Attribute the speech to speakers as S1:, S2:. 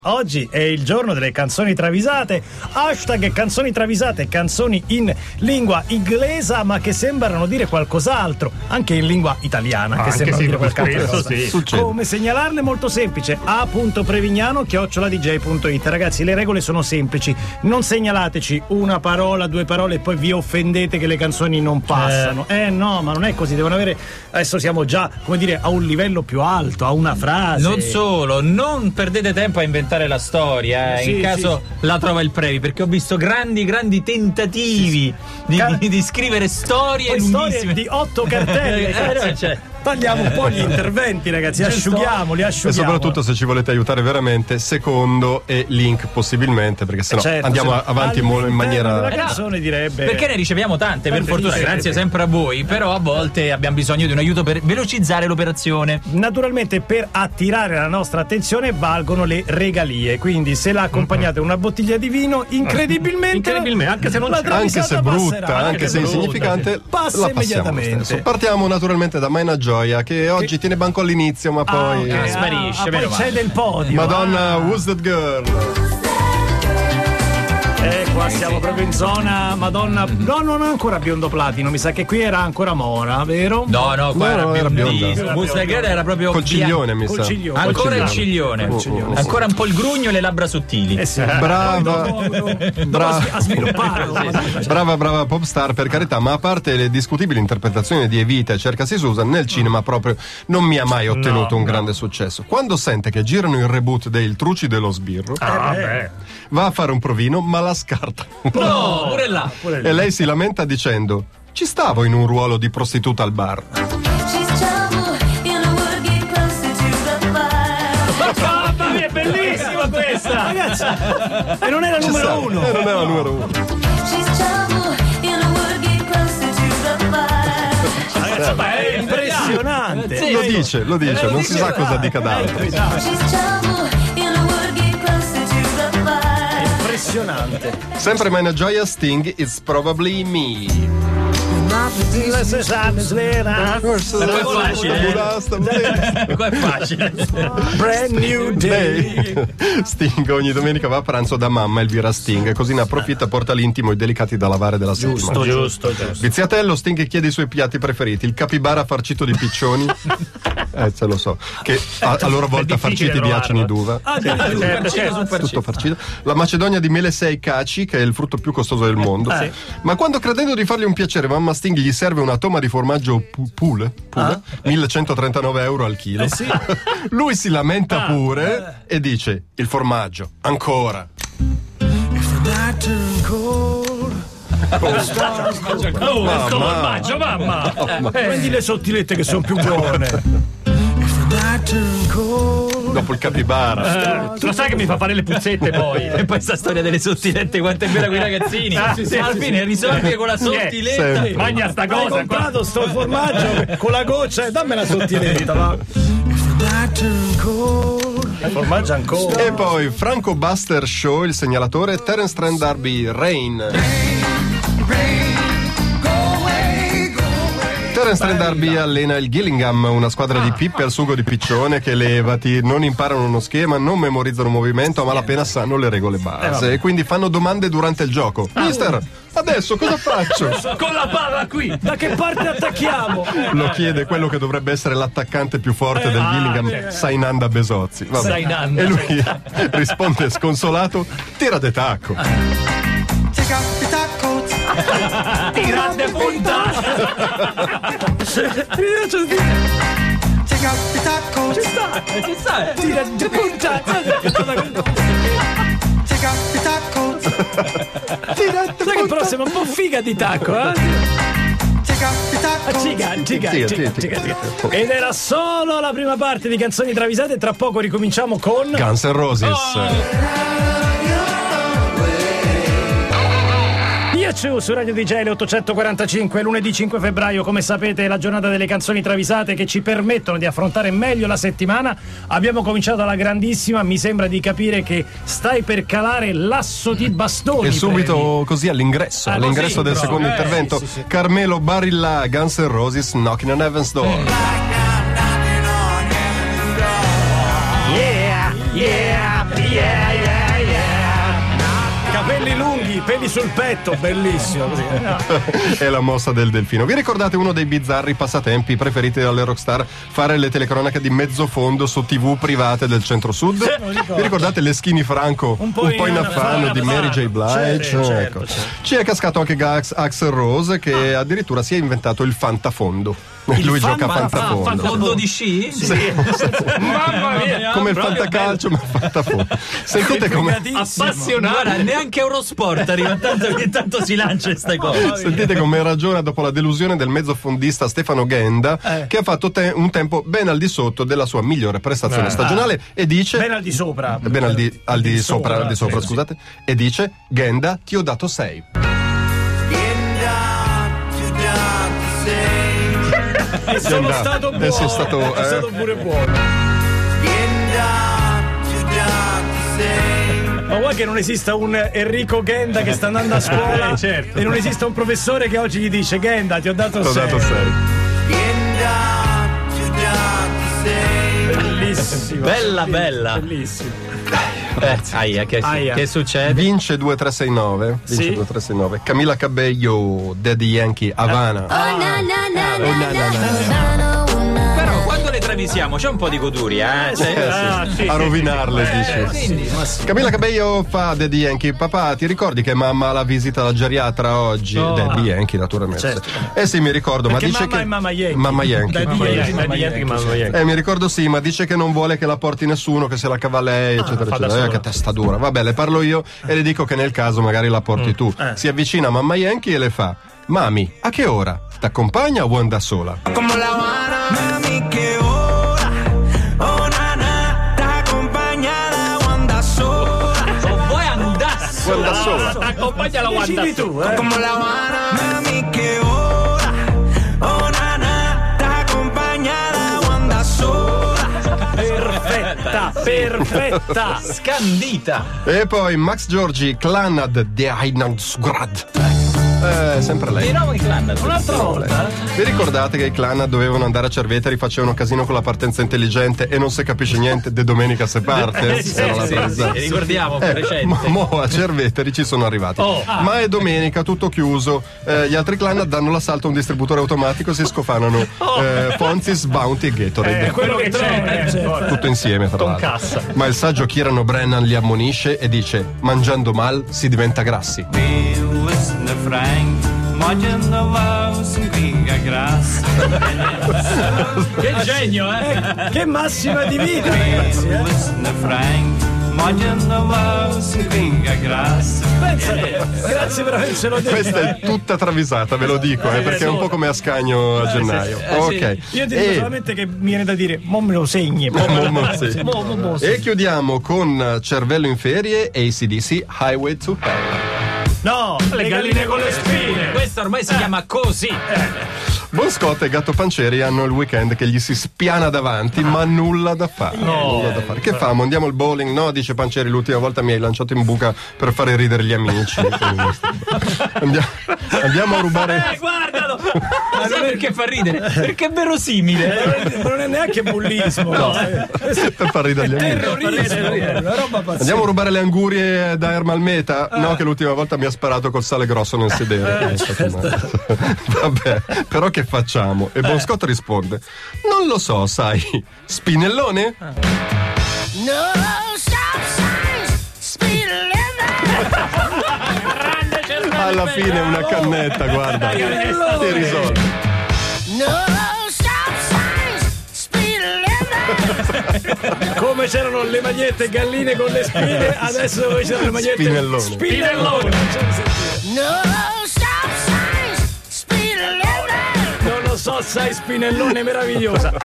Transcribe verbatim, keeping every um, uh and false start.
S1: Oggi è il giorno delle canzoni travisate, hashtag canzoni travisate, canzoni in lingua inglese ma che sembrano dire qualcos'altro, anche in lingua italiana,
S2: ah,
S1: che sembrano
S2: sì,
S1: dire qualche cosa.
S2: Sì.
S1: Come segnalarle? Molto semplice, a punto prevignano chiocciola d j punto it. Ragazzi, le regole sono semplici, non segnalateci una parola, due parole e poi vi offendete che le canzoni non passano. Eh, eh no, ma non è così, devono avere, adesso siamo già, come dire, a un livello più alto, a una frase.
S3: Non solo, non perdete tempo a inventare la storia, eh,
S1: sì,
S3: in caso
S1: sì.
S3: la trova il Previ, perché ho visto grandi grandi tentativi sì, sì. Di,
S1: Car-
S3: di, di scrivere storie lunghissime
S1: storie di otto cartelle.
S3: eh, cioè.
S1: Tagliamo un po' gli interventi, ragazzi, asciughiamoli, asciughiamo.
S2: E soprattutto, se ci volete aiutare veramente, secondo e link possibilmente, perché sennò
S1: certo,
S2: andiamo
S1: se
S2: avanti in maniera.
S1: La canzone direbbe.
S3: Perché ne riceviamo tante, per fortuna, grazie sempre a voi, però a volte abbiamo bisogno di un aiuto per velocizzare l'operazione.
S1: Naturalmente, per attirare la nostra attenzione valgono le regalie, quindi se la accompagnate a una bottiglia di vino, incredibilmente,
S2: incredibilmente anche se non
S1: c'è,
S2: anche se brutta,
S1: passerà,
S2: anche,
S1: anche
S2: se
S1: brutta,
S2: insignificante,
S1: sì. Passa
S2: la
S1: immediatamente.
S2: Partiamo naturalmente da Maina Gioia, che oggi che... tiene banco all'inizio, ma poi
S1: ah, okay.
S3: eh, sparisce.
S1: Ah, poi c'è del podio.
S2: Madonna,
S1: ah.
S2: Who's That Girl?
S1: Eh, qua siamo proprio in zona Madonna. No, non è ancora biondo platino. Mi sa che qui era ancora mora, vero?
S3: No, no, qua
S2: no,
S3: era,
S2: era
S3: bionda. Busta era proprio
S2: col ciglione, mi sa.
S1: Ciglione.
S3: Ancora il ciglione.
S1: Col ciglione.
S3: Ancora un po' il grugno e le labbra sottili.
S1: Eh sì.
S2: Brava.
S1: Brava a svilupparlo.
S2: Brava, brava popstar, per carità, ma a parte le discutibili interpretazioni di Evita e Cercasi Susan, nel cinema proprio non mi ha mai ottenuto
S1: no,
S2: un
S1: no.
S2: grande successo. Quando sente che girano il reboot del Truci dello Sbirro,
S1: ah, beh.
S2: va a fare un provino, ma la scarta.
S3: No, pure là.
S1: Pure lì.
S2: E lei si lamenta dicendo: ci stavo in un ruolo di prostituta al bar.
S1: Mamma mia, è bellissima questa, ragazzi. E non era numero uno.
S2: E non era numero uno.
S1: Ragazzi, ma è impressionante.
S3: Sì,
S2: Lo dice, lo dice, non si sa cosa dica d'altro.
S1: Impressionante.
S2: Sempre Maina Gioia, Sting, It's Probably Me.
S3: Qua è facile.
S1: Brand new day.
S2: Sting ogni domenica va a pranzo da mamma Elvira Sting, così ne approfitta e porta l'intimo i delicati da lavare della settimana.
S1: Giusto, giusto, giusto.
S2: Viziatello, Sting chiede i suoi piatti preferiti: il capibara farcito di piccioni, eh, se lo so, che a, a loro volta farciti di acini d'uva.
S1: Ah, certo, certo, certo.
S2: Tutto farcito. La Macedonia di mele sei caci, che è il frutto più costoso del mondo.
S1: Sì.
S2: Ma quando, credendo di fargli un piacere, mamma Sting gli serve una toma di formaggio pu- pule, pule
S1: Ah?
S2: millecentotrentanove euro al chilo.
S1: Eh sì.
S2: Lui si lamenta
S1: Ah,
S2: pure e dice: il formaggio, ancora.
S1: Oh,
S2: Mamma.
S1: il formaggio, mamma. Eh, prendi le sottilette che sono più buone.
S2: Dopo il capibara.
S1: Eh, lo sai che mi fa fare le puzzette poi.
S3: E poi sta storia delle sottilette, quanto è bella con i ragazzini.
S1: Ah, sì, sì,
S3: Alla
S1: sì,
S3: fine
S1: sì.
S3: risolvi con la sottiletta.
S2: Sempre.
S1: Magna sta cosa. Hai comprato sto formaggio con la goccia e dammi la sottiletta, va. Il formaggio ancora.
S2: E poi Franco Buster Shaw, il segnalatore, Terence Trent D'Arby, Rain. Terence Trent D'Arby allena il Gillingham, una squadra di pippe al sugo di piccione che levati, non imparano uno schema, non memorizzano un movimento, a malapena sanno le regole base e quindi fanno domande durante il gioco. Mister, adesso cosa faccio?
S1: Con la palla qui. Da che parte attacchiamo?
S2: Lo chiede quello che dovrebbe essere l'attaccante più forte del
S1: ah,
S2: Gillingham,
S1: eh.
S2: Sainanda Besozzi. Vabbè.
S3: Sainanda.
S2: E lui risponde sconsolato: tira de tacco.
S3: Tira de punta.
S1: Ci sta,
S3: Ci sta, eh.
S1: tira di punta. Sai che però sembra un po' figa di tacco, eh? Ciga, ciga,
S2: Ciga,
S1: ciga,
S2: ciga,
S1: ciga,
S2: ciga.
S1: ciga. Ed era solo la prima parte di Canzoni Travisate. Tra poco ricominciamo con
S2: Guns N' Roses.
S1: Piaciù su Radio D J ottocentoquarantacinque, lunedì cinque febbraio. Come sapete è la giornata delle canzoni travisate che ci permettono di affrontare meglio la settimana. Abbiamo cominciato alla grandissima, mi sembra di capire che stai per calare l'asso di bastoni.
S2: E subito
S1: Previ.
S2: così all'ingresso,
S1: Ah,
S2: all'ingresso
S1: così,
S2: del
S1: però,
S2: secondo
S1: eh,
S2: intervento,
S1: sì, sì, sì.
S2: Carmelo Barilla, Guns N' Roses, Knocking on Heaven's Door.
S1: Yeah, yeah, yeah. peli, peli sul petto, bellissimo così. No.
S2: È la mossa del delfino. Vi ricordate uno dei bizzarri passatempi preferiti dalle rockstar? Fare le telecronache di mezzo fondo su tivù private del centro-sud?
S1: Ricordo.
S2: Vi ricordate le Skinny Franco?
S1: Un po'
S2: Un po' in
S1: in
S2: affanno
S1: affanno,
S2: di Mary J. Blige?
S1: certo, certo,
S2: Ecco.
S1: certo.
S2: Ci è cascato anche Gax Axl Rose che addirittura si è inventato il fantafondo. Lui
S1: fan-
S2: gioca a
S1: fan-
S2: fantafondo.
S3: Fondo di sci?
S1: Sì. Mamma mia,
S2: Come il
S3: proprio
S2: fantacalcio, ma fantafondo. Sentite come.
S3: Appassionata, neanche Eurosport arriva tanto che tanto si lancia queste cose.
S2: Sentite come ragiona dopo la delusione del mezzofondista Stefano Ghenda,
S1: Eh.
S2: che ha fatto te- un tempo ben al di sotto della sua migliore prestazione
S1: Eh.
S2: stagionale e dice
S1: Ben al di sopra.
S2: ben al di, al di sopra, al di sopra,
S1: sì,
S2: scusate, e dice: Ghenda, ti ho dato sei.
S1: E sono
S2: Ghenda,
S1: stato
S2: eh,
S1: buono.
S2: sei stato,
S1: è
S2: eh.
S1: stato pure buono. Ma vuoi che non esista un Enrico Ghenda che sta andando a scuola
S3: certo.
S1: e non esista un professore che oggi gli dice Ghenda ti ho dato
S2: Ti ho
S1: sei.
S2: dato sei.
S1: Bellissimo.
S3: Bella, bella.
S1: Bellissimo.
S3: Eh, aia, che,
S1: Aia.
S3: che succede?
S2: Vince due tre sei nove. Vince
S1: Sì.
S2: due tre sei nove. Camila Cabello, Daddy Yankee, Havana.
S4: Oh na na na
S2: Oh, na, na, na.
S4: na na.
S3: Però quando le travisiamo c'è un po' di goduria, eh? Cioè,
S2: Eh, sì.
S1: Ah, sì,
S2: a
S1: sì,
S2: rovinarle,
S1: sì.
S2: dice.
S1: Eh, quindi, ma sì.
S2: Camilla Cabello fa Daddy Yankee. Papà, ti ricordi che mamma ha la visita alla geriatra oggi?
S1: No.
S2: Daddy Yankee, naturalmente.
S1: Certo.
S2: Eh sì, mi ricordo,
S1: Perché
S2: ma dice
S1: mamma
S2: che
S1: è Mamma Yankee.
S2: Mamma Yankee.
S1: Daddy Yankee, Daddy Yankee, Mamma Yankee.
S2: Eh, mi ricordo sì, ma dice che non vuole che la porti nessuno, che se la cava lei, eccetera,
S1: fa da
S2: eccetera. Eh,
S1: sola.
S2: che testa dura. Vabbè, le parlo io e le dico che nel caso magari la porti tu.
S1: Eh.
S2: Si avvicina a Mamma Yankee e le fa: Mami, a che ora? T'accompagna o vuoi andare sola?
S5: Como la Habana, mami, que ora. Oh, nana, estás acompañada o andas sola.
S3: non vuoi andare
S2: Vuoi andare sola?
S3: Accompagna la
S1: Decidi
S3: Wanda.
S1: tu, eh.
S5: Como la Habana, mami, que ora. Oh, nana, estás acompañada o andas sola.
S1: Perfetta, perfetta.
S3: Scandita.
S2: E poi Max Giorgi, Clanad de Einandsgrad. Eh, sempre lei.
S3: Di nuovo i clan.
S1: Un'altra volta.
S2: Vi ricordate che i clan dovevano andare a Cerveteri, facevano casino con la partenza intelligente e non si capisce niente de domenica se parte?
S1: Eh, sì,
S2: Era la
S1: sì,
S2: presa.
S3: Sì, ricordiamo,
S2: Eh,
S3: recente.
S2: mo, mo a Cerveteri ci sono arrivati.
S3: Oh,
S2: Ma è domenica, tutto chiuso. Eh, gli altri clan danno l'assalto a un distributore automatico e si scofanano eh, Fonzis, Bounty e Gatorade.
S1: È quello che c'è. eh.
S2: Tutto insieme, tra l'altro.
S3: cassa.
S2: Ma il saggio Kieran Brennan li ammonisce e dice: mangiando mal si diventa grassi.
S5: Listen to Frank, mangiando mouse in griga grass.
S3: Che genio, eh?
S1: Che massima di vita, ragazzi. Eh.
S5: Listen to Frank, mangiando mouse in griga grass.
S1: Pensate, grazie per avercelo detto.
S2: Questa è tutta travisata, ve lo dico, eh, perché è un po' come Ascagno a gennaio. Ok.
S1: Io ti dico
S2: E-
S1: solamente che mi viene da dire, mo me lo segni. Mo me lo-
S2: Mo- mo- sì.
S1: mo- mo- mo-
S2: E chiudiamo con Cervello in ferie e A C D C Highway to Hell.
S1: No, le galline con le spine.
S3: Questo ormai si chiama così.
S2: Bon Scott e Gatto Pancieri hanno il weekend che gli si spiana davanti, ma nulla da fare. Nulla da fare. Che famo? Andiamo al bowling? No, dice Pancieri, l'ultima volta mi hai lanciato in buca per fare ridere gli amici. andiamo, andiamo a
S3: Eh,
S2: rubare.
S3: guardalo! Ma sai perché fa ridere? Perché è verosimile.
S1: Ma non è neanche bullismo. No.
S2: per far ridere gli amici.
S1: Terrorismo. Una roba pazzesca.
S2: Andiamo a rubare le angurie da Ermal Meta? No, che l'ultima volta mi ha sparato col sale grosso nel sedere. Vabbè, però che facciamo? E Bon Scott risponde: non lo so, sai, spinellone?
S4: No stop signs, speed limit.
S2: Alla fine una cannetta, guarda, ti risolve.
S4: No stop signs, speed limit.
S1: Come c'erano le magliette galline con le spine, adesso dove c'erano le magliette
S2: Spinellone.
S1: Spinellone.
S4: No stop signs, speed limit.
S1: Non lo so, sai, spinellone meravigliosa.